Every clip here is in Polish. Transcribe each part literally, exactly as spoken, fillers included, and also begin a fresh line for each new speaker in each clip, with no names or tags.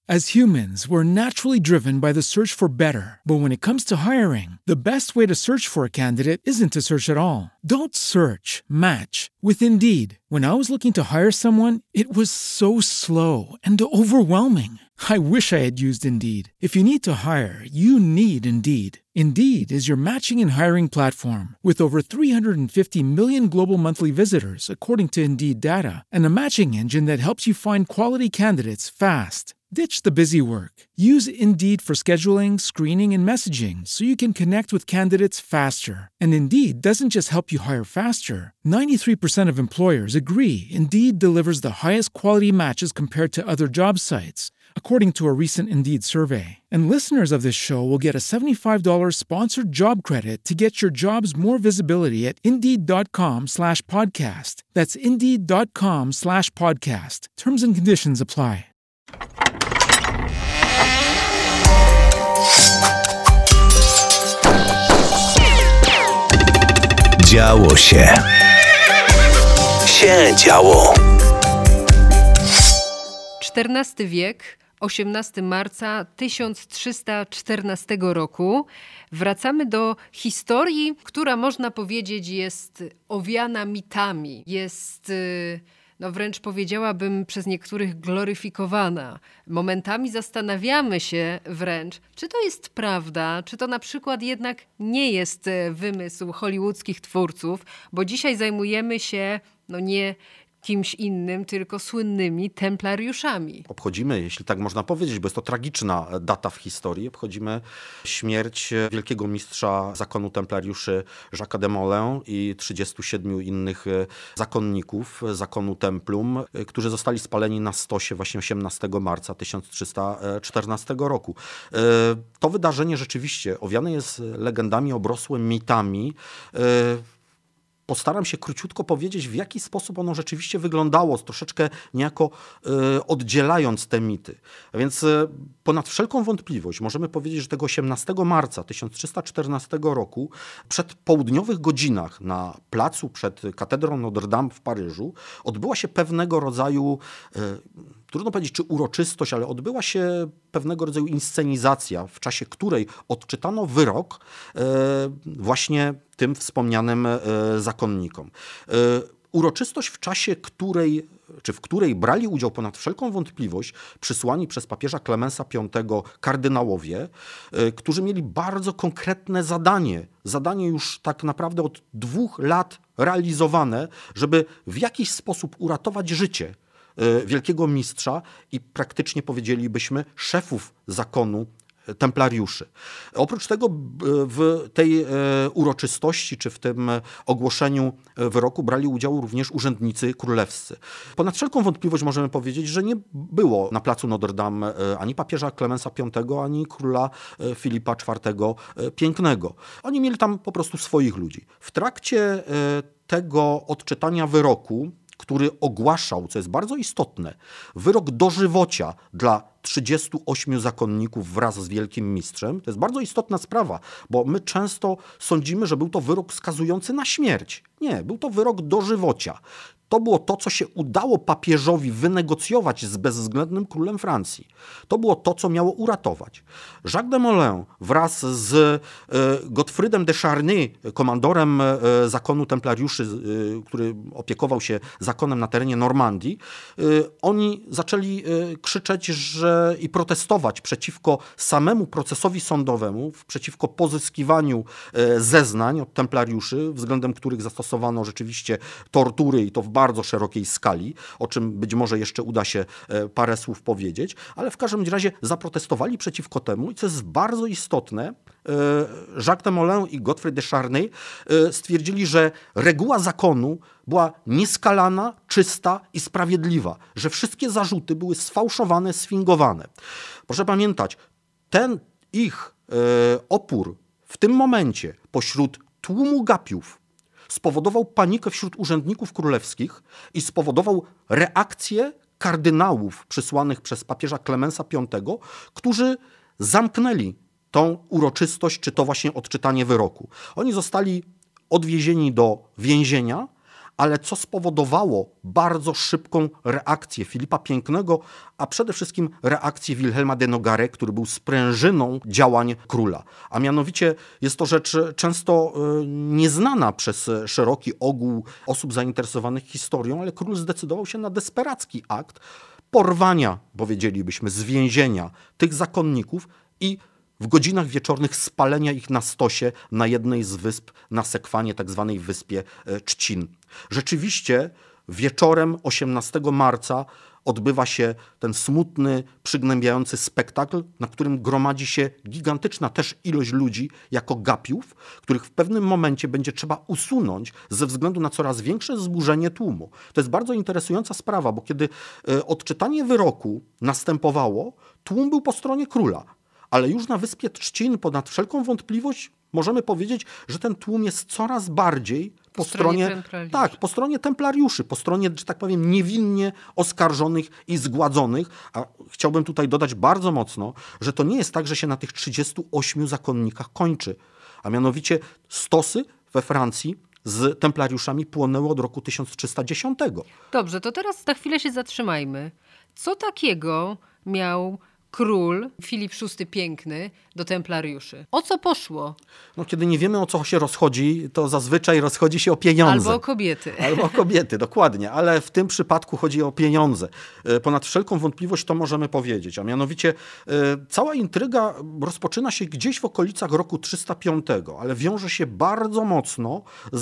As humans, we're naturally driven by the search for better. But when it comes to hiring, the best way to search for a candidate isn't to search at all. Don't search, match with Indeed. When I was looking to hire someone, it was so slow and overwhelming. I wish I had used Indeed. If you need to hire, you need Indeed. Indeed is your matching and hiring platform with over three hundred fifty million global monthly visitors, according to Indeed data, and a matching engine that helps you find quality candidates fast. Ditch the busy work. Use Indeed for scheduling, screening, and messaging so you can connect with candidates faster. And Indeed doesn't just help you hire faster. ninety-three percent of employers agree Indeed delivers the highest quality matches compared to other job sites, according to a recent Indeed survey. And listeners of this show will get a seventy-five dollars sponsored job credit to get your jobs more visibility at Indeed.com slash podcast. That's Indeed.com slash podcast. Terms and conditions apply.
Działo się. Się działo.
czternasty wiek, osiemnastego marca tysiąc trzysta czternastego roku. Wracamy do historii, która można powiedzieć jest owiana mitami. Jest, no wręcz powiedziałabym, przez niektórych gloryfikowana. Momentami zastanawiamy się wręcz, czy to jest prawda, czy to na przykład jednak nie jest wymysł hollywoodzkich twórców, bo dzisiaj zajmujemy się, no nie kimś innym, tylko słynnymi templariuszami.
Obchodzimy, jeśli tak można powiedzieć, bo jest to tragiczna data w historii, obchodzimy śmierć wielkiego mistrza zakonu templariuszy Jacques'a de Molay i trzydziestu siedmiu innych zakonników zakonu Templum, którzy zostali spaleni na stosie właśnie osiemnastego marca tysiąc trzysta czternastego roku. To wydarzenie rzeczywiście owiane jest legendami, obrosłe mitami. Postaram się króciutko powiedzieć, w jaki sposób ono rzeczywiście wyglądało, troszeczkę niejako y, oddzielając te mity. A więc y, ponad wszelką wątpliwość możemy powiedzieć, że tego osiemnastego marca tysiąc trzysta czternastego roku przed południowych godzinach na placu przed katedrą Notre Dame w Paryżu odbyła się pewnego rodzaju, y, trudno powiedzieć czy uroczystość, ale odbyła się pewnego rodzaju inscenizacja, w czasie której odczytano wyrok y, właśnie tym wspomnianym y, zakonnikom. Y, uroczystość, w czasie której, czy w której brali udział ponad wszelką wątpliwość przysłani przez papieża Klemensa piątego kardynałowie, y, którzy mieli bardzo konkretne zadanie, zadanie już tak naprawdę od dwóch lat realizowane, żeby w jakiś sposób uratować życie y, wielkiego mistrza i praktycznie powiedzielibyśmy szefów zakonu templariuszy. Oprócz tego w tej uroczystości, czy w tym ogłoszeniu wyroku brali udział również urzędnicy królewscy. Ponad wszelką wątpliwość możemy powiedzieć, że nie było na placu Notre Dame ani papieża Klemensa piątego, ani króla Filipa czwartego Pięknego. Oni mieli tam po prostu swoich ludzi. W trakcie tego odczytania wyroku, który ogłaszał, co jest bardzo istotne, wyrok dożywocia dla trzydziestu ośmiu zakonników wraz z wielkim mistrzem. To jest bardzo istotna sprawa, bo my często sądzimy, że był to wyrok skazujący na śmierć. Nie, był to wyrok dożywocia. To było to, co się udało papieżowi wynegocjować z bezwzględnym królem Francji. To było to, co miało uratować. Jacques de Molay wraz z e, Godfrydem de Charny, komandorem e, zakonu templariuszy, e, który opiekował się zakonem na terenie Normandii, e, oni zaczęli e, krzyczeć że, i protestować przeciwko samemu procesowi sądowemu, przeciwko pozyskiwaniu e, zeznań od templariuszy, względem których zastosowano rzeczywiście tortury i to w bardzo szerokiej skali, o czym być może jeszcze uda się parę słów powiedzieć, ale w każdym razie zaprotestowali przeciwko temu i co jest bardzo istotne, Jacques de Molay i Godfrey de Charny stwierdzili, że reguła zakonu była nieskalana, czysta i sprawiedliwa, że wszystkie zarzuty były sfałszowane, sfingowane. Proszę pamiętać, ten ich opór w tym momencie pośród tłumu gapiów spowodował panikę wśród urzędników królewskich i spowodował reakcję kardynałów przysłanych przez papieża Klemensa piątego, którzy zamknęli tą uroczystość, czy to właśnie odczytanie wyroku. Oni zostali odwiezieni do więzienia, ale co spowodowało bardzo szybką reakcję Filipa Pięknego, a przede wszystkim reakcję Wilhelma de Nogaret, który był sprężyną działań króla. A mianowicie jest to rzecz często nieznana przez szeroki ogół osób zainteresowanych historią, ale król zdecydował się na desperacki akt porwania, powiedzielibyśmy, z więzienia tych zakonników i w godzinach wieczornych spalenia ich na stosie na jednej z wysp na Sekwanie, tak zwanej wyspie Trzcin. Rzeczywiście wieczorem osiemnastego marca odbywa się ten smutny, przygnębiający spektakl, na którym gromadzi się gigantyczna też ilość ludzi jako gapiów, których w pewnym momencie będzie trzeba usunąć ze względu na coraz większe wzburzenie tłumu. To jest bardzo interesująca sprawa, bo kiedy odczytanie wyroku następowało, tłum był po stronie króla. Ale już na wyspie Trzcin ponad wszelką wątpliwość możemy powiedzieć, że ten tłum jest coraz bardziej po,
po stronie,
stronie tak, po stronie templariuszy, po stronie, że tak powiem, niewinnie oskarżonych i zgładzonych. A chciałbym tutaj dodać bardzo mocno, że to nie jest tak, że się na tych trzydziestu ośmiu zakonnikach kończy. A mianowicie stosy we Francji z templariuszami płonęły od roku tysiąc trzysta dziesiątego.
Dobrze, to teraz na chwilę się zatrzymajmy. Co takiego miał król Filip szósty Piękny do templariuszy? O co poszło?
No, kiedy nie wiemy, o co się rozchodzi, to zazwyczaj rozchodzi się o pieniądze.
Albo o kobiety.
Albo o kobiety, dokładnie. Ale w tym przypadku chodzi o pieniądze. Ponad wszelką wątpliwość to możemy powiedzieć. A mianowicie cała intryga rozpoczyna się gdzieś w okolicach roku trzysta piątego, ale wiąże się bardzo mocno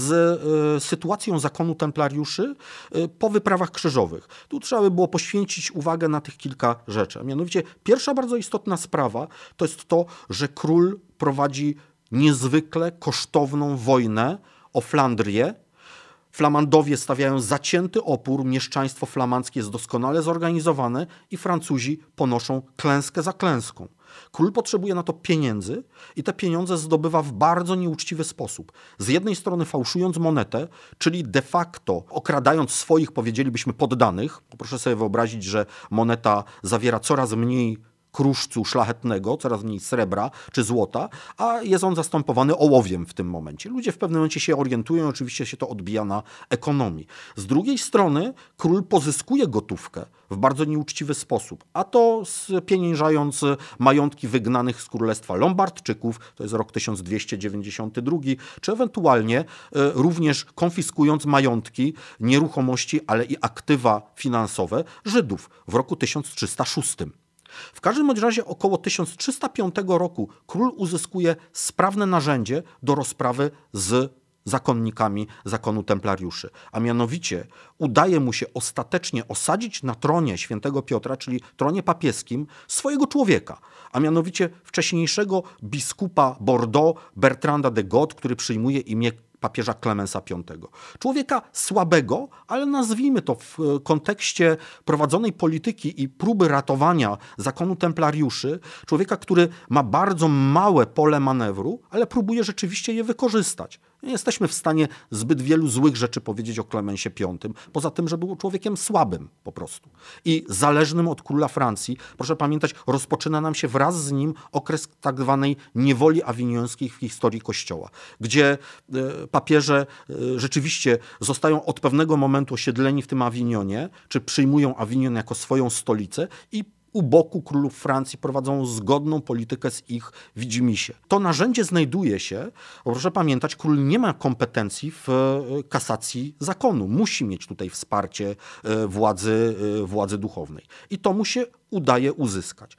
z sytuacją zakonu templariuszy po wyprawach krzyżowych. Tu trzeba by było poświęcić uwagę na tych kilka rzeczy. A mianowicie pierwsza bardzo istotna sprawa to jest to, że król prowadzi niezwykle kosztowną wojnę o Flandrię. Flamandowie stawiają zacięty opór, mieszczaństwo flamandzkie jest doskonale zorganizowane i Francuzi ponoszą klęskę za klęską. Król potrzebuje na to pieniędzy i te pieniądze zdobywa w bardzo nieuczciwy sposób. Z jednej strony fałszując monetę, czyli de facto okradając swoich, powiedzielibyśmy, poddanych. Proszę sobie wyobrazić, że moneta zawiera coraz mniej kruszcu szlachetnego, coraz mniej srebra czy złota, a jest on zastępowany ołowiem w tym momencie. Ludzie w pewnym momencie się orientują, oczywiście się to odbija na ekonomii. Z drugiej strony król pozyskuje gotówkę w bardzo nieuczciwy sposób, a to spieniężając majątki wygnanych z Królestwa Lombardczyków, to jest rok tysiąc dwieście dziewięćdziesiąty drugi, czy ewentualnie również konfiskując majątki, nieruchomości, ale i aktywa finansowe Żydów w roku tysiąc trzysta szóstym. W każdym bądź razie około tysiąc trzysta piątego roku król uzyskuje sprawne narzędzie do rozprawy z zakonnikami zakonu templariuszy. A mianowicie udaje mu się ostatecznie osadzić na tronie świętego Piotra, czyli tronie papieskim, swojego człowieka, a mianowicie wcześniejszego biskupa Bordeaux Bertranda de Got, który przyjmuje imię papieża Klemensa piątego. Człowieka słabego, ale nazwijmy to w kontekście prowadzonej polityki i próby ratowania zakonu templariuszy, człowieka, który ma bardzo małe pole manewru, ale próbuje rzeczywiście je wykorzystać. Nie jesteśmy w stanie zbyt wielu złych rzeczy powiedzieć o Klemensie piątym, poza tym, że był człowiekiem słabym po prostu i zależnym od króla Francji. Proszę pamiętać, rozpoczyna nam się wraz z nim okres tak zwanej niewoli awiniońskiej w historii Kościoła, gdzie papieże rzeczywiście zostają od pewnego momentu osiedleni w tym Awinionie, czy przyjmują Awinion jako swoją stolicę i u boku królów Francji prowadzą zgodną politykę z ich widzimisię. To narzędzie znajduje się, proszę pamiętać, król nie ma kompetencji w kasacji zakonu. Musi mieć tutaj wsparcie władzy, władzy duchownej. I to mu się udaje uzyskać.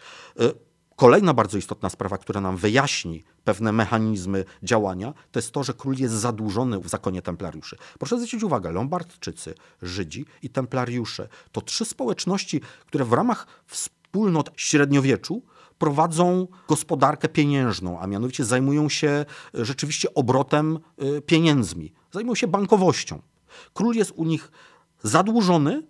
Kolejna bardzo istotna sprawa, która nam wyjaśni pewne mechanizmy działania, to jest to, że król jest zadłużony w zakonie templariuszy. Proszę zwrócić uwagę, Lombardczycy, Żydzi i templariusze to trzy społeczności, które w ramach wspólnot średniowieczu prowadzą gospodarkę pieniężną, a mianowicie zajmują się rzeczywiście obrotem pieniędzmi, zajmują się bankowością. Król jest u nich zadłużony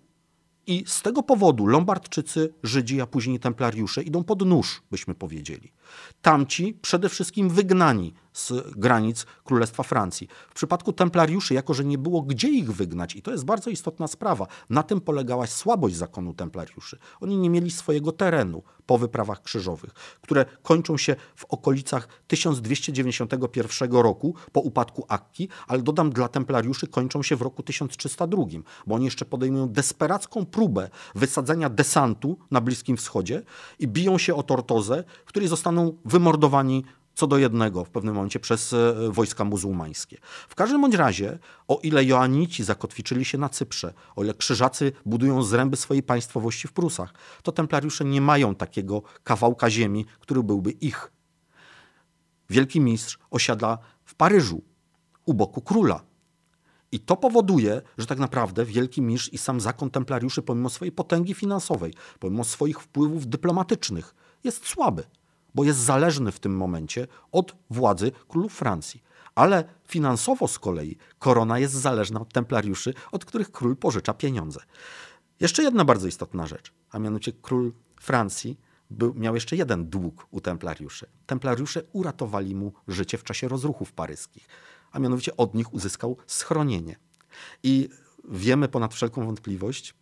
i z tego powodu Lombardczycy, Żydzi, a później templariusze idą pod nóż, byśmy powiedzieli. Tamci przede wszystkim wygnani z granic Królestwa Francji. W przypadku templariuszy, jako że nie było gdzie ich wygnać, i to jest bardzo istotna sprawa, na tym polegała słabość zakonu templariuszy. Oni nie mieli swojego terenu po wyprawach krzyżowych, które kończą się w okolicach tysiąc dwieście dziewięćdziesiątego pierwszego roku po upadku Akki, ale dodam, dla templariuszy kończą się w roku tysiąc trzysta drugim, bo oni jeszcze podejmują desperacką próbę wysadzenia desantu na Bliskim Wschodzie i biją się o Tortozę, w której zostaną wymordowani co do jednego w pewnym momencie przez e, wojska muzułmańskie. W każdym bądź razie, o ile Joanici zakotwiczyli się na Cyprze, o ile krzyżacy budują zręby swojej państwowości w Prusach, to templariusze nie mają takiego kawałka ziemi, który byłby ich. Wielki mistrz osiada w Paryżu, u boku króla. I to powoduje, że tak naprawdę Wielki Mistrz i sam zakon templariuszy, pomimo swojej potęgi finansowej, pomimo swoich wpływów dyplomatycznych, jest słaby, bo jest zależny w tym momencie od władzy królów Francji. Ale finansowo z kolei korona jest zależna od templariuszy, od których król pożycza pieniądze. Jeszcze jedna bardzo istotna rzecz, a mianowicie król Francji był, miał jeszcze jeden dług u templariuszy. Templariusze uratowali mu życie w czasie rozruchów paryskich, a mianowicie od nich uzyskał schronienie. I wiemy ponad wszelką wątpliwość,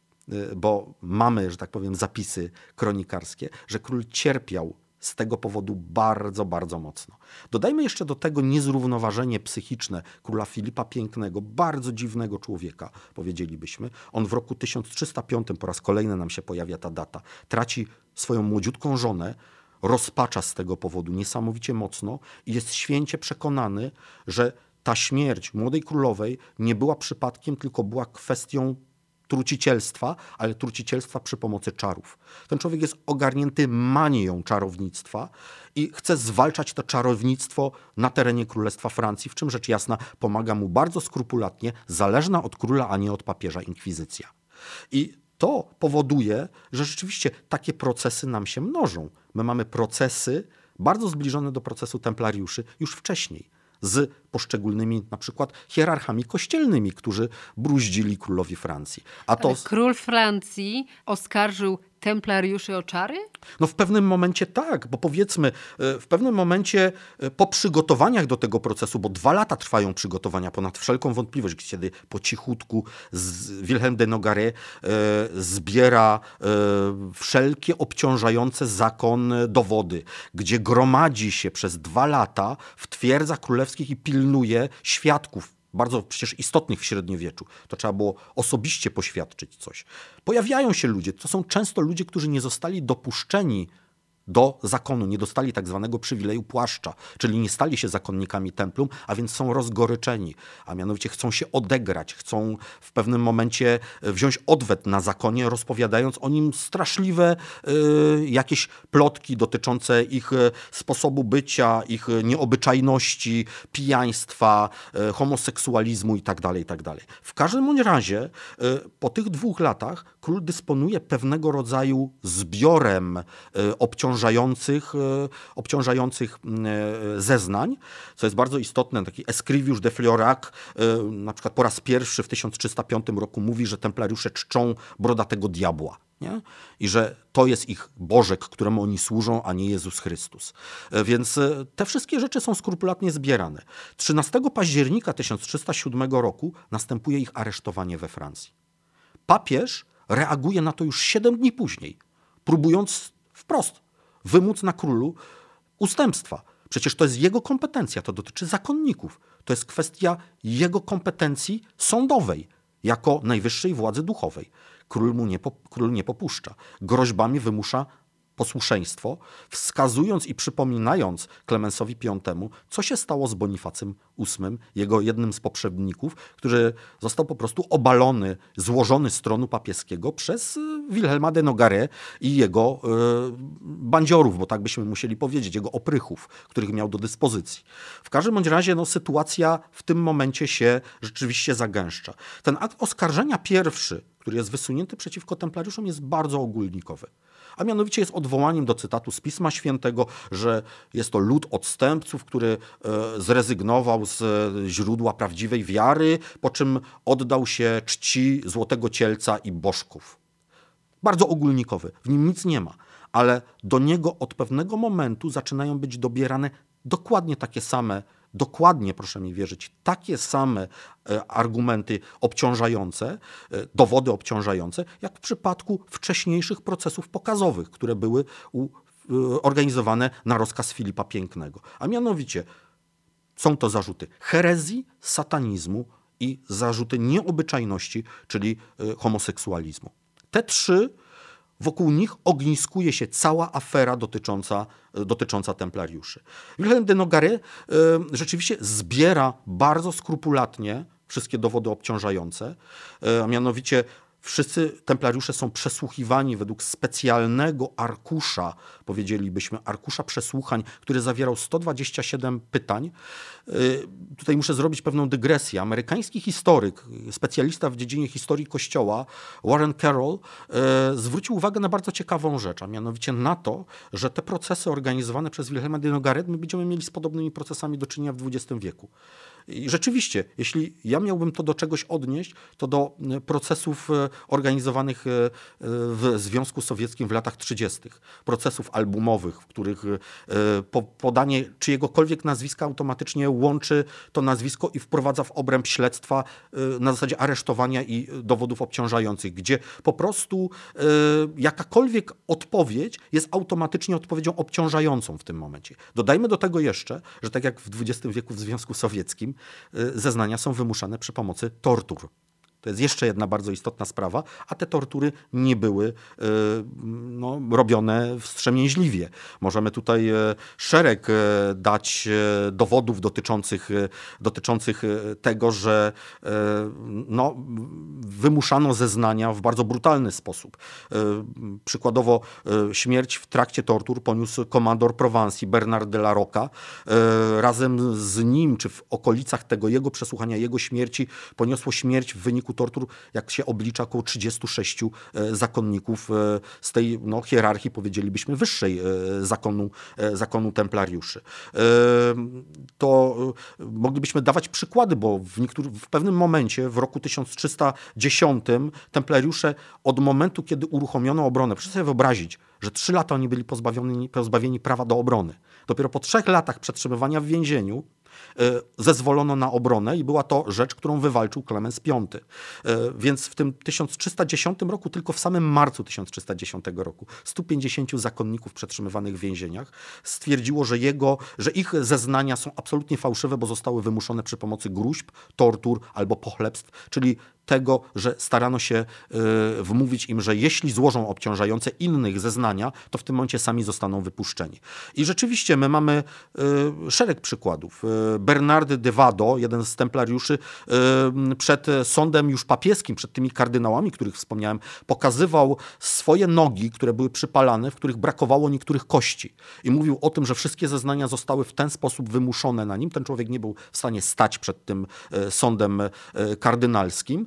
bo mamy, że tak powiem, zapisy kronikarskie, że król cierpiał z tego powodu bardzo, bardzo mocno. Dodajmy jeszcze do tego niezrównoważenie psychiczne króla Filipa Pięknego, bardzo dziwnego człowieka, powiedzielibyśmy. On w roku tysiąc trzysta piątym, po raz kolejny nam się pojawia ta data, traci swoją młodziutką żonę, rozpacza z tego powodu niesamowicie mocno i jest święcie przekonany, że ta śmierć młodej królowej nie była przypadkiem, tylko była kwestią trucicielstwa, ale trucicielstwa przy pomocy czarów. Ten człowiek jest ogarnięty manią czarownictwa i chce zwalczać to czarownictwo na terenie Królestwa Francji, w czym rzecz jasna pomaga mu bardzo skrupulatnie zależna od króla, a nie od papieża inkwizycja. I to powoduje, że rzeczywiście takie procesy nam się mnożą. My mamy procesy bardzo zbliżone do procesu templariuszy już wcześniej, z poszczególnymi na przykład hierarchami kościelnymi, którzy bruździli królowi Francji. A to...
Ale król Francji oskarżył templariuszy o czary?
No w pewnym momencie tak, bo powiedzmy, w pewnym momencie po przygotowaniach do tego procesu, bo dwa lata trwają przygotowania ponad wszelką wątpliwość, kiedy po cichutku z Wilhelm de Nogaret e, zbiera e, wszelkie obciążające zakon dowody, gdzie gromadzi się przez dwa lata w twierdzach królewskich i pilnuje świadków, bardzo przecież istotnych w średniowieczu. To trzeba było osobiście poświadczyć coś. Pojawiają się ludzie, to są często ludzie, którzy nie zostali dopuszczeni do zakonu, nie dostali tak zwanego przywileju płaszcza, czyli nie stali się zakonnikami templum, a więc są rozgoryczeni, a mianowicie chcą się odegrać, chcą w pewnym momencie wziąć odwet na zakonie, rozpowiadając o nim straszliwe y, jakieś plotki dotyczące ich y, sposobu bycia, ich y, nieobyczajności, pijaństwa, y, homoseksualizmu itd., itd. W każdym bądź razie y, po tych dwóch latach król dysponuje pewnego rodzaju zbiorem y, obciążających Obciążających, obciążających zeznań, co jest bardzo istotne. Taki Escrivius de Florac na przykład po raz pierwszy w tysiąc trzysta piątym roku mówi, że templariusze czczą brodatego diabła. Nie? I że to jest ich Bożek, któremu oni służą, a nie Jezus Chrystus. Więc te wszystkie rzeczy są skrupulatnie zbierane. trzynastego października tysiąc trzysta siódmego roku następuje ich aresztowanie we Francji. Papież reaguje na to już siedem dni później, próbując wprost wymóc na królu ustępstwa. Przecież to jest jego kompetencja, to dotyczy zakonników. To jest kwestia jego kompetencji sądowej, jako najwyższej władzy duchowej. Król mu nie, król nie popuszcza. Groźbami wymusza posłuszeństwo, wskazując i przypominając Klemensowi Piątemu, co się stało z Bonifacym ósmym, jego jednym z poprzedników, który został po prostu obalony, złożony z tronu papieskiego przez Wilhelma de Nogaret i jego y, bandziorów, bo tak byśmy musieli powiedzieć, jego oprychów, których miał do dyspozycji. W każdym bądź razie no, sytuacja w tym momencie się rzeczywiście zagęszcza. Ten akt oskarżenia pierwszy, który jest wysunięty przeciwko templariuszom, jest bardzo ogólnikowy. A mianowicie jest odwołaniem do cytatu z Pisma Świętego, że jest to lud odstępców, który zrezygnował z źródła prawdziwej wiary, po czym oddał się czci złotego cielca i bożków. Bardzo ogólnikowy, w nim nic nie ma, ale do niego od pewnego momentu zaczynają być dobierane dokładnie takie same dokładnie, proszę mi wierzyć, takie same argumenty obciążające, dowody obciążające, jak w przypadku wcześniejszych procesów pokazowych, które były u, organizowane na rozkaz Filipa Pięknego. A mianowicie są to zarzuty herezji, satanizmu i zarzuty nieobyczajności, czyli homoseksualizmu. Te trzy, wokół nich ogniskuje się cała afera dotycząca, dotycząca templariuszy. Wilhelm de Nogaret y, rzeczywiście zbiera bardzo skrupulatnie wszystkie dowody obciążające, y, a mianowicie wszyscy templariusze są przesłuchiwani według specjalnego arkusza, powiedzielibyśmy, arkusza przesłuchań, który zawierał sto dwadzieścia siedem pytań. Tutaj muszę zrobić pewną dygresję. Amerykański historyk, specjalista w dziedzinie historii Kościoła, Warren Carroll, zwrócił uwagę na bardzo ciekawą rzecz, a mianowicie na to, że te procesy organizowane przez Wilhelma de Nogaret my będziemy mieli z podobnymi procesami do czynienia w dwudziestym wieku. I rzeczywiście, jeśli ja miałbym to do czegoś odnieść, to do procesów organizowanych w Związku Sowieckim w latach trzydziestych. Procesów albumowych, w których podanie czyjegokolwiek nazwiska automatycznie łączy to nazwisko i wprowadza w obręb śledztwa na zasadzie aresztowania i dowodów obciążających, gdzie po prostu jakakolwiek odpowiedź jest automatycznie odpowiedzią obciążającą w tym momencie. Dodajmy do tego jeszcze, że tak jak w dwudziestym wieku w Związku Sowieckim, zeznania są wymuszane przy pomocy tortur. To jest jeszcze jedna bardzo istotna sprawa, a te tortury nie były no, robione wstrzemięźliwie. Możemy tutaj szereg dać dowodów dotyczących, dotyczących tego, że no, wymuszano zeznania w bardzo brutalny sposób. Przykładowo śmierć w trakcie tortur poniósł komandor Prowansji Bernard de la Rocca. Razem z nim, czy w okolicach tego jego przesłuchania, jego śmierci, poniosło śmierć w wyniku tortur, jak się oblicza, około trzydziestu sześciu zakonników z tej no, hierarchii, powiedzielibyśmy, wyższej zakonu, zakonu templariuszy. To moglibyśmy dawać przykłady, bo w, niektóry, w pewnym momencie, w roku tysiąc trzysta dziesiątym, templariusze od momentu, kiedy uruchomiono obronę, proszę sobie wyobrazić, że trzy lata oni byli pozbawieni, pozbawieni prawa do obrony. Dopiero po trzech latach przetrzymywania w więzieniu zezwolono na obronę i była to rzecz, którą wywalczył Klemens Piąty. Więc w tym tysiąc trzysta dziesiątym roku, tylko w samym marcu tysiąc trzysta dziesiątego roku, stu pięćdziesięciu zakonników przetrzymywanych w więzieniach stwierdziło, że, jego, że ich zeznania są absolutnie fałszywe, bo zostały wymuszone przy pomocy gróźb, tortur albo pochlebstw, czyli tego, że starano się y, wmówić im, że jeśli złożą obciążające innych zeznania, to w tym momencie sami zostaną wypuszczeni. I rzeczywiście my mamy y, szereg przykładów. Y, Bernard de Vado, jeden z templariuszy, y, przed sądem już papieskim, przed tymi kardynałami, których wspomniałem, pokazywał swoje nogi, które były przypalane, w których brakowało niektórych kości. I mówił o tym, że wszystkie zeznania zostały w ten sposób wymuszone na nim. Ten człowiek nie był w stanie stać przed tym y, sądem y, kardynalskim.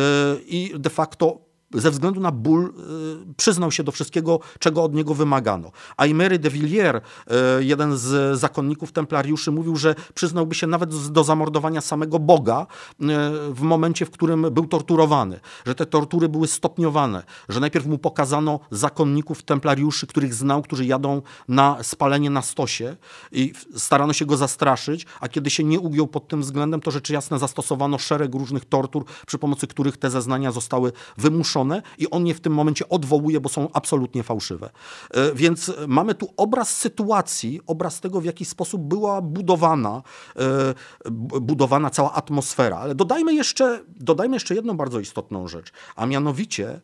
I de facto ze względu na ból przyznał się do wszystkiego, czego od niego wymagano. Aymery de Villiers, jeden z zakonników templariuszy, mówił, że przyznałby się nawet do zamordowania samego Boga w momencie, w którym był torturowany. Że te tortury były stopniowane. Że najpierw mu pokazano zakonników templariuszy, których znał, którzy jadą na spalenie na stosie i starano się go zastraszyć, a kiedy się nie ugiął pod tym względem, to rzecz jasna zastosowano szereg różnych tortur, przy pomocy których te zeznania zostały wymuszone i on je w tym momencie odwołuje, bo są absolutnie fałszywe. Więc mamy tu obraz sytuacji, obraz tego, w jaki sposób była budowana, budowana cała atmosfera. Ale dodajmy jeszcze, dodajmy jeszcze jedną bardzo istotną rzecz, a mianowicie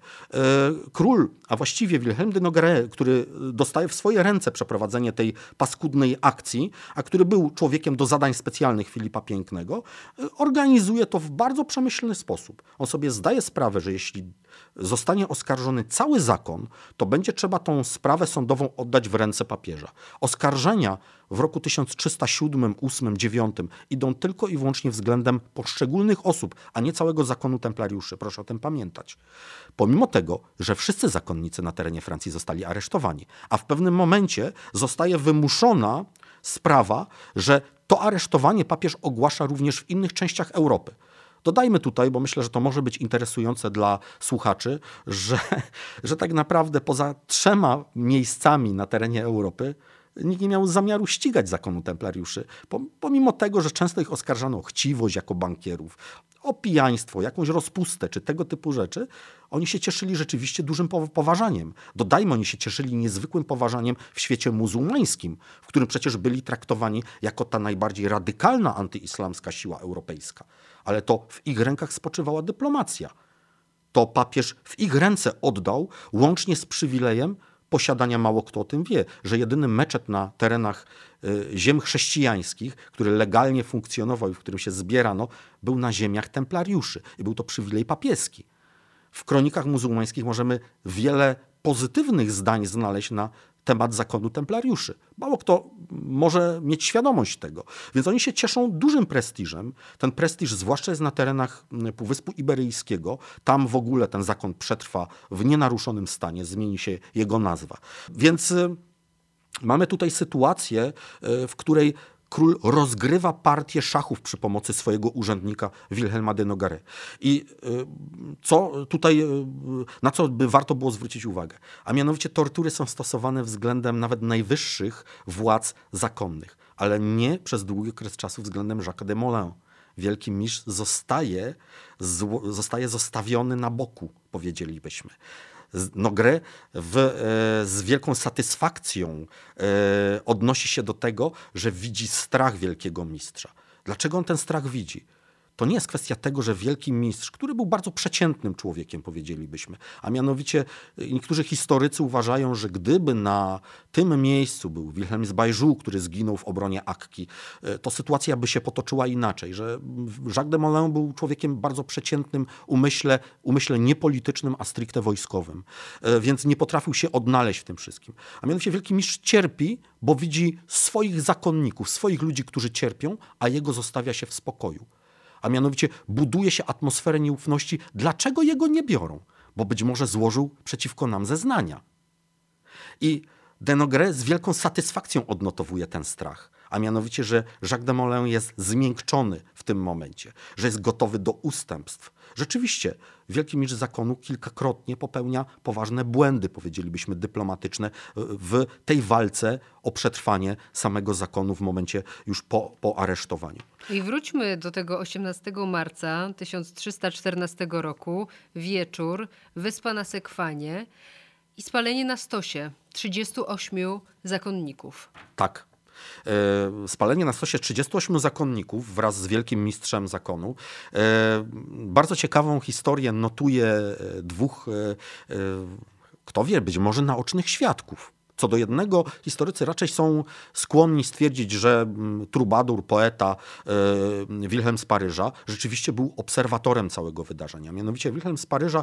król, a właściwie Wilhelm de Nogaret, który dostaje w swoje ręce przeprowadzenie tej paskudnej akcji, a który był człowiekiem do zadań specjalnych Filipa Pięknego, organizuje to w bardzo przemyślny sposób. On sobie zdaje sprawę, że jeśli zostanie oskarżony cały zakon, to będzie trzeba tą sprawę sądową oddać w ręce papieża. Oskarżenia w roku tysiąc trzysta siódmym, ósmym, dziewiątym idą tylko i wyłącznie względem poszczególnych osób, a nie całego zakonu templariuszy. Proszę o tym pamiętać. Pomimo tego, że wszyscy zakonnicy na terenie Francji zostali aresztowani, a w pewnym momencie zostaje wymuszona sprawa, że to aresztowanie papież ogłasza również w innych częściach Europy. Dodajmy tutaj, bo myślę, że to może być interesujące dla słuchaczy, że, że tak naprawdę poza trzema miejscami na terenie Europy nikt nie miał zamiaru ścigać zakonu templariuszy, pomimo tego, że często ich oskarżano o chciwość jako bankierów, o pijaństwo, jakąś rozpustę czy tego typu rzeczy, oni się cieszyli rzeczywiście dużym poważaniem. Dodajmy, oni się cieszyli niezwykłym poważaniem w świecie muzułmańskim, w którym przecież byli traktowani jako ta najbardziej radykalna antyislamska siła europejska. Ale to w ich rękach spoczywała dyplomacja. To papież w ich ręce oddał, łącznie z przywilejem posiadania, mało kto o tym wie, że jedyny meczet na terenach y, ziem chrześcijańskich, który legalnie funkcjonował i w którym się zbierano, był na ziemiach templariuszy i był to przywilej papieski. W kronikach muzułmańskich możemy wiele pozytywnych zdań znaleźć na temat zakonu templariuszy. Mało kto może mieć świadomość tego. Więc oni się cieszą dużym prestiżem. Ten prestiż zwłaszcza jest na terenach Półwyspu Iberyjskiego. Tam w ogóle ten zakon przetrwa w nienaruszonym stanie. Zmieni się jego nazwa. Więc y, mamy tutaj sytuację, y, w której król rozgrywa partię szachów przy pomocy swojego urzędnika Wilhelma de Nogaret. I y, co tutaj, y, na co by warto było zwrócić uwagę? A mianowicie tortury są stosowane względem nawet najwyższych władz zakonnych, ale nie przez długi okres czasu względem Jacques'a de Molay. Wielki mistrz zostaje, zło, zostaje zostawiony na boku, powiedzielibyśmy. Nogaret w, e, z wielką satysfakcją e, odnosi się do tego, że widzi strach wielkiego mistrza. Dlaczego on ten strach widzi? To nie jest kwestia tego, że wielki mistrz, który był bardzo przeciętnym człowiekiem, powiedzielibyśmy, a mianowicie niektórzy historycy uważają, że gdyby na tym miejscu był Wilhelm z Bajżu, który zginął w obronie Akki, to sytuacja by się potoczyła inaczej, że Jacques de Molay był człowiekiem bardzo przeciętnym, umyśle, umyśle niepolitycznym, a stricte wojskowym, więc nie potrafił się odnaleźć w tym wszystkim. A mianowicie wielki mistrz cierpi, bo widzi swoich zakonników, swoich ludzi, którzy cierpią, a jego zostawia się w spokoju. A mianowicie buduje się atmosferę nieufności. Dlaczego jego nie biorą? Bo być może złożył przeciwko nam zeznania. I de Nogaret z wielką satysfakcją odnotowuje ten strach. A mianowicie, że Jacques de Molay jest zmiękczony w tym momencie, że jest gotowy do ustępstw. Rzeczywiście, wielki mistrz zakonu kilkakrotnie popełnia poważne błędy, powiedzielibyśmy, dyplomatyczne w tej walce o przetrwanie samego zakonu w momencie już po, po aresztowaniu.
I wróćmy do tego osiemnastego marca tysiąc trzysta czternastego roku, wieczór, wyspa na Sekwanie i spalenie na stosie trzydziestu ośmiu zakonników.
Tak. Spalenie na stosie trzydziestu ośmiu zakonników wraz z wielkim mistrzem zakonu. Bardzo ciekawą historię notuje dwóch, kto wie, być może naocznych świadków. Co do jednego, historycy raczej są skłonni stwierdzić, że trubadur, poeta Wilhelm z Paryża rzeczywiście był obserwatorem całego wydarzenia. Mianowicie Wilhelm z Paryża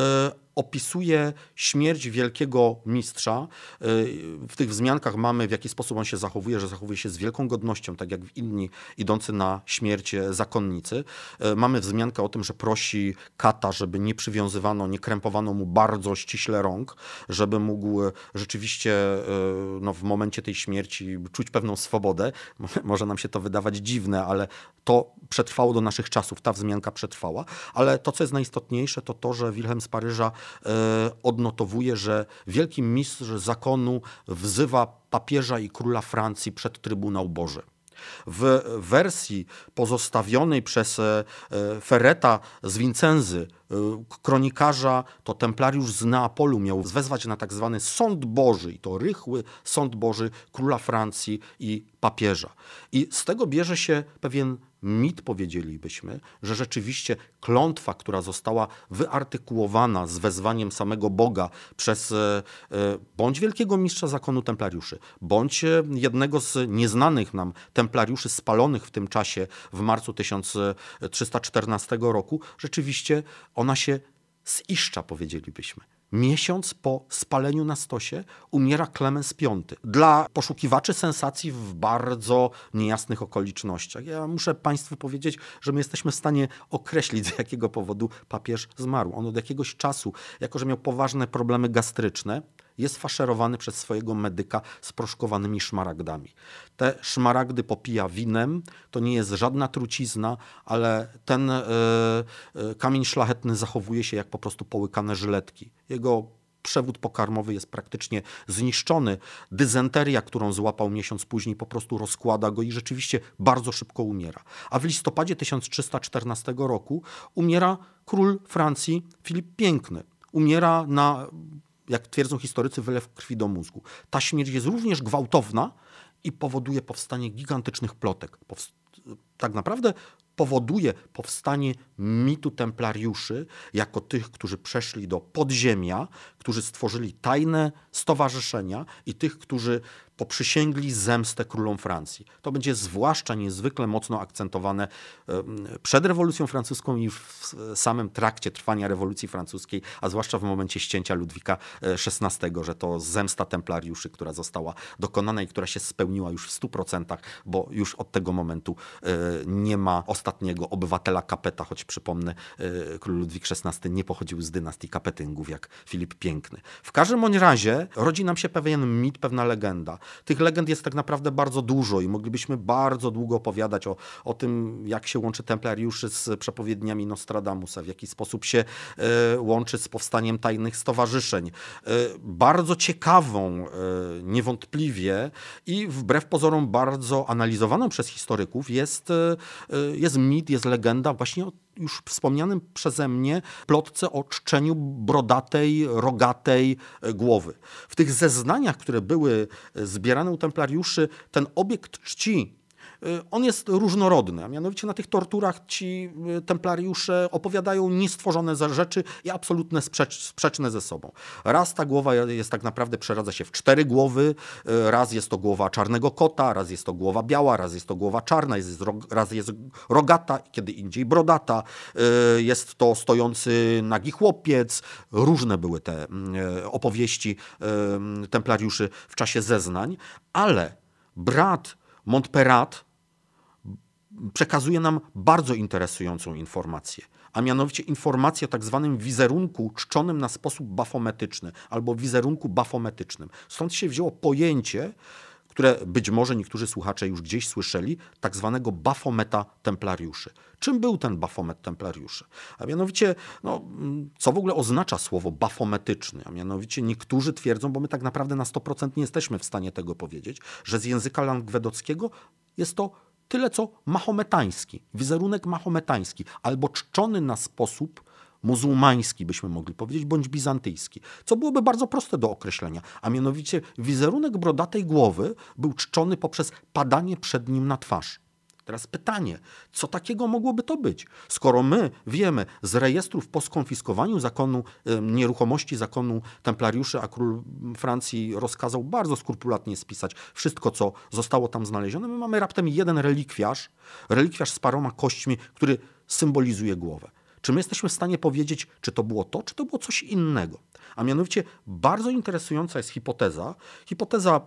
opisuje śmierć wielkiego mistrza. W tych wzmiankach mamy, w jaki sposób on się zachowuje, że zachowuje się z wielką godnością, tak jak inni idący na śmierć zakonnicy. Mamy wzmiankę o tym, że prosi kata, żeby nie przywiązywano, nie krępowano mu bardzo ściśle rąk, żeby mógł rzeczywiście no, w momencie tej śmierci czuć pewną swobodę. Może nam się to wydawać dziwne, ale to przetrwało do naszych czasów, ta wzmianka przetrwała. Ale to, co jest najistotniejsze, to to, że Wilhelm z Paryża odnotowuje, że wielki mistrz zakonu wzywa papieża i króla Francji przed Trybunał Boży. W wersji pozostawionej przez Ferreta z Vincenzy, kronikarza, to templariusz z Neapolu miał wezwać na tak zwany sąd Boży, i to rychły sąd Boży króla Francji i papieża. I z tego bierze się pewien mit, powiedzielibyśmy, że rzeczywiście klątwa, która została wyartykułowana z wezwaniem samego Boga przez e, bądź wielkiego mistrza zakonu templariuszy, bądź jednego z nieznanych nam templariuszy spalonych w tym czasie w marcu tysiąc trzysta czternastego roku, rzeczywiście ona się ziszcza, powiedzielibyśmy. Miesiąc po spaleniu na stosie umiera Klemens piąty. Dla poszukiwaczy sensacji w bardzo niejasnych okolicznościach. Ja muszę Państwu powiedzieć, że my jesteśmy w stanie określić, z jakiego powodu papież zmarł. On od jakiegoś czasu, jako że miał poważne problemy gastryczne, jest faszerowany przez swojego medyka z proszkowanymi szmaragdami. Te szmaragdy popija winem, to nie jest żadna trucizna, ale ten e, e, kamień szlachetny zachowuje się jak po prostu połykane żyletki. Jego przewód pokarmowy jest praktycznie zniszczony. Dysenteria, którą złapał miesiąc później, po prostu rozkłada go i rzeczywiście bardzo szybko umiera. A w listopadzie tysiąc trzysta czternastego roku umiera król Francji Filip Piękny. Umiera na, jak twierdzą historycy, wylew krwi do mózgu. Ta śmierć jest również gwałtowna i powoduje powstanie gigantycznych plotek. Powst- tak naprawdę powoduje powstanie mitu templariuszy jako tych, którzy przeszli do podziemia, którzy stworzyli tajne stowarzyszenia i tych, którzy poprzysięgli zemstę królom Francji. To będzie zwłaszcza niezwykle mocno akcentowane przed rewolucją francuską i w samym trakcie trwania rewolucji francuskiej, a zwłaszcza w momencie ścięcia Ludwika szesnastego, że to zemsta templariuszy, która została dokonana i która się spełniła już w stu procentach, bo już od tego momentu nie ma ostatniego obywatela Kapeta, choć przypomnę, król Ludwik szesnasty nie pochodził z dynastii Kapetyngów jak Filip Piękny. W każdym bądź razie rodzi nam się pewien mit, pewna legenda. Tych legend jest tak naprawdę bardzo dużo i moglibyśmy bardzo długo opowiadać o, o tym, jak się łączy templariuszy z przepowiedniami Nostradamusa, w jaki sposób się e, łączy z powstaniem tajnych stowarzyszeń. E, bardzo ciekawą e, niewątpliwie i wbrew pozorom bardzo analizowaną przez historyków jest, e, jest mit, jest legenda właśnie o już wspomnianym przeze mnie plotce o czczeniu brodatej, rogatej głowy. W tych zeznaniach, które były zbierane u templariuszy, ten obiekt czci, on jest różnorodny, a mianowicie na tych torturach ci templariusze opowiadają niestworzone rzeczy i absolutnie sprzecz, sprzeczne ze sobą. Raz ta głowa jest tak naprawdę, przeradza się w cztery głowy, raz jest to głowa czarnego kota, raz jest to głowa biała, raz jest to głowa czarna, jest, raz jest rogata, kiedy indziej brodata, jest to stojący nagi chłopiec. Różne były te opowieści templariuszy w czasie zeznań, ale brat Montferrat przekazuje nam bardzo interesującą informację, a mianowicie informację o tak zwanym wizerunku czczonym na sposób bafometyczny albo wizerunku bafometycznym. Stąd się wzięło pojęcie, które być może niektórzy słuchacze już gdzieś słyszeli, tak zwanego bafometa templariuszy. Czym był ten bafomet templariuszy? A mianowicie, no, co w ogóle oznacza słowo bafometyczny? A mianowicie niektórzy twierdzą, bo my tak naprawdę na sto procent nie jesteśmy w stanie tego powiedzieć, że z języka langwedockiego jest to tyle co mahometański, wizerunek mahometański, albo czczony na sposób muzułmański, byśmy mogli powiedzieć, bądź bizantyjski, co byłoby bardzo proste do określenia, a mianowicie wizerunek brodatej głowy był czczony poprzez padanie przed nim na twarz. Teraz pytanie, co takiego mogłoby to być? Skoro my wiemy z rejestrów po skonfiskowaniu zakonu e, nieruchomości zakonu templariuszy, a król Francji rozkazał bardzo skrupulatnie spisać wszystko, co zostało tam znalezione, my mamy raptem jeden relikwiarz, relikwiarz z paroma kośćmi, który symbolizuje głowę. Czy my jesteśmy w stanie powiedzieć, czy to było to, czy to było coś innego? A mianowicie bardzo interesująca jest hipoteza, hipoteza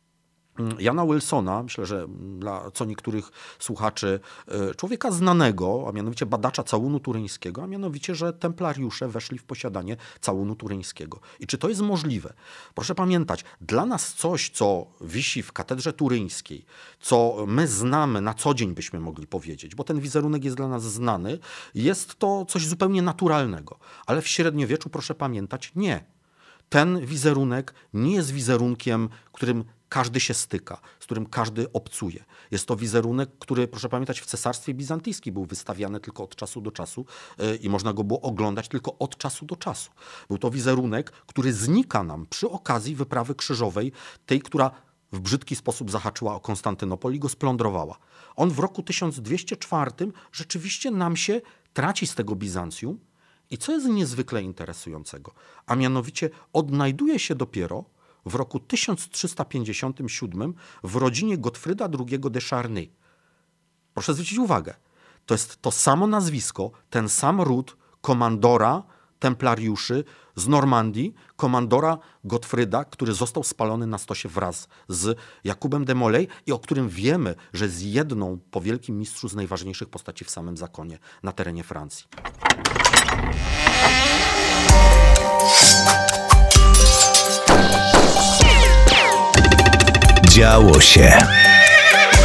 Jana Wilsona, myślę, że dla co niektórych słuchaczy człowieka znanego, a mianowicie badacza całunu turyńskiego, a mianowicie, że templariusze weszli w posiadanie całunu turyńskiego. I czy to jest możliwe? Proszę pamiętać, dla nas coś, co wisi w katedrze turyńskiej, co my znamy na co dzień, byśmy mogli powiedzieć, bo ten wizerunek jest dla nas znany, jest to coś zupełnie naturalnego. Ale w średniowieczu, proszę pamiętać, nie. Ten wizerunek nie jest wizerunkiem, którym każdy się styka, z którym każdy obcuje. Jest to wizerunek, który, proszę pamiętać, w Cesarstwie Bizantyjskim był wystawiany tylko od czasu do czasu yy, i można go było oglądać tylko od czasu do czasu. Był to wizerunek, który znika nam przy okazji wyprawy krzyżowej, tej, która w brzydki sposób zahaczyła o Konstantynopol i go splądrowała. On w roku tysiąc dwieście czwartym rzeczywiście nam się traci z tego Bizancjum i co jest niezwykle interesującego, a mianowicie odnajduje się dopiero w roku tysiąc trzysta pięćdziesiątym siódmym w rodzinie Gottfrieda drugiego de Charny. Proszę zwrócić uwagę, to jest to samo nazwisko, ten sam ród komandora templariuszy z Normandii, komandora Gottfrieda, który został spalony na stosie wraz z Jakubem de Molay i o którym wiemy, że jest jedną po wielkim mistrzu z najważniejszych postaci w samym zakonie na terenie Francji.
Działo się.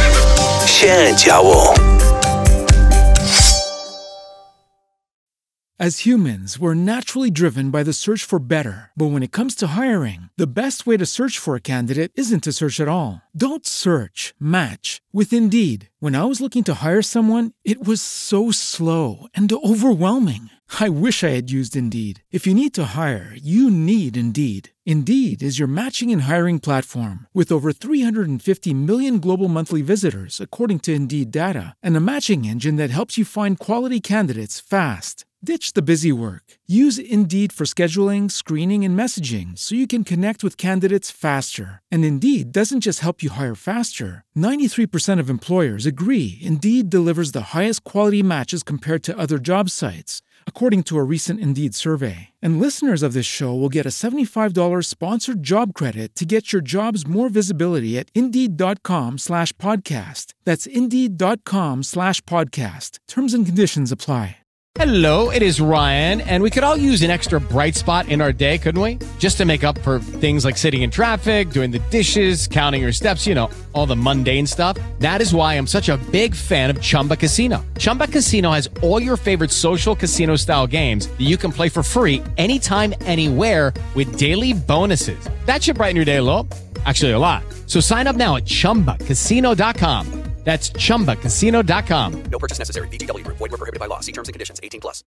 Się działo.
As humans, we're naturally driven by the search for better. But when it comes to hiring, the best way to search for a candidate isn't to search at all. Don't search, match with Indeed. When I was looking to hire someone, it was so slow and overwhelming. I wish I had used Indeed. If you need to hire, you need Indeed. Indeed is your matching and hiring platform with over three hundred fifty million global monthly visitors, according to Indeed data, and a matching engine that helps you find quality candidates fast. Ditch the busy work. Use Indeed for scheduling, screening, and messaging so you can connect with candidates faster. And Indeed doesn't just help you hire faster. ninety-three percent of employers agree Indeed delivers the highest quality matches compared to other job sites, according to a recent Indeed survey. And listeners of this show will get a seventy-five dollars sponsored job credit to get your jobs more visibility at Indeed.com slash podcast. That's Indeed.com slash podcast. Terms and conditions apply.
Hello, it is Ryan, and we could all use an extra bright spot in our day, couldn't we? Just to make up for things like sitting in traffic, doing the dishes, counting your steps, you know, all the mundane stuff. That is why I'm such a big fan of Chumba Casino. Chumba Casino has all your favorite social casino-style games that you can play for free anytime, anywhere with daily bonuses. That should brighten your day a little. Actually, a lot. So sign up now at Chumba Casino dot com. That's Chumba Casino dot com.
No purchase necessary. V G W Group. Void where prohibited by law. See terms and conditions. eighteen plus.